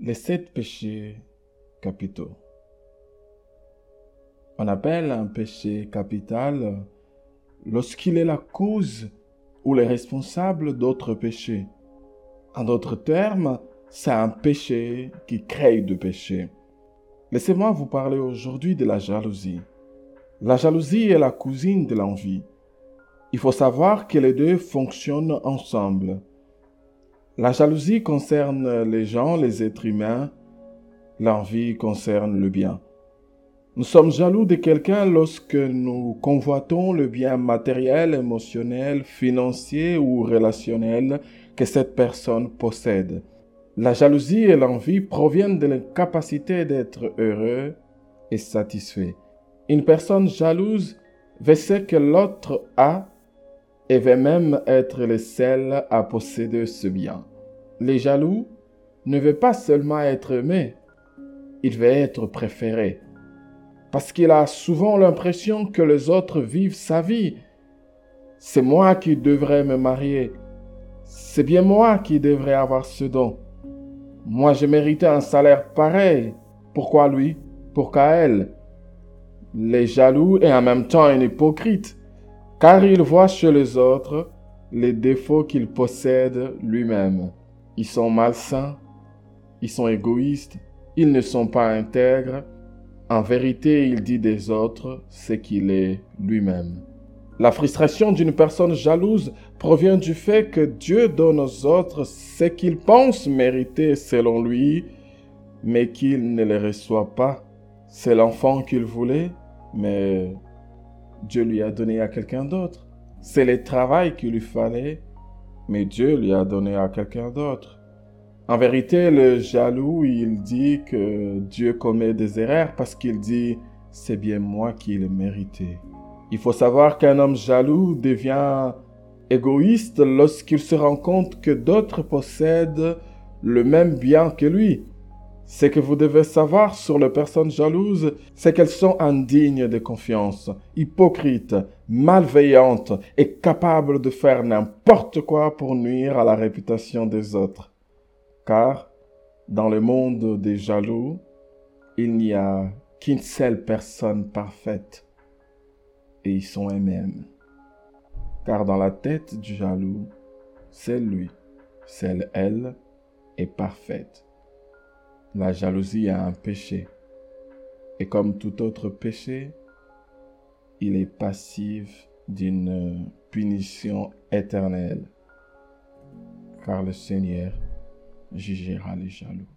Les 7 péchés capitaux. On appelle un péché capital lorsqu'il est la cause ou le responsable d'autres péchés. En d'autres termes, c'est un péché qui crée du péché. Laissez-moi vous parler aujourd'hui de la jalousie. La jalousie est la cousine de l'envie. Il faut savoir que les deux fonctionnent ensemble. La jalousie concerne les gens, les êtres humains. L'envie concerne le bien. Nous sommes jaloux de quelqu'un lorsque nous convoitons le bien matériel, émotionnel, financier ou relationnel que cette personne possède. La jalousie et l'envie proviennent de l'incapacité d'être heureux et satisfait. Une personne jalouse veut ce que l'autre a et veut même être le seul à posséder ce bien. Les jaloux ne veulent pas seulement être aimés, il veut être préféré. Parce qu'il a souvent l'impression que les autres vivent sa vie. C'est moi qui devrais me marier. C'est bien moi qui devrais avoir ce don. Moi, je méritais un salaire pareil. Pourquoi lui? Pourquoi elle? Les jaloux et en même temps un hypocrite, car il voit chez les autres les défauts qu'il possède lui-même. Ils sont malsains, ils sont égoïstes, ils ne sont pas intègres. En vérité, il dit des autres ce qu'il est lui-même. La frustration d'une personne jalouse provient du fait que Dieu donne aux autres ce qu'ils pensent mériter selon lui, mais qu'il ne les reçoit pas. C'est l'enfant qu'il voulait, mais Dieu lui a donné à quelqu'un d'autre. C'est le travail qu'il lui fallait, mais Dieu lui a donné à quelqu'un d'autre. En vérité, le jaloux, il dit que Dieu commet des erreurs parce qu'il dit « c'est bien moi qui l'ai mérité ». Il faut savoir qu'un homme jaloux devient égoïste lorsqu'il se rend compte que d'autres possèdent le même bien que lui. Ce que vous devez savoir sur les personnes jalouses, c'est qu'elles sont indignes de confiance, hypocrites, malveillantes et capables de faire n'importe quoi pour nuire à la réputation des autres. Car dans le monde des jaloux, il n'y a qu'une seule personne parfaite, et ils sont eux-mêmes. Car dans la tête du jaloux, c'est lui, celle elle est parfaite. La jalousie est un péché, et comme tout autre péché, il est passif d'une punition éternelle, car le Seigneur jugera les jaloux.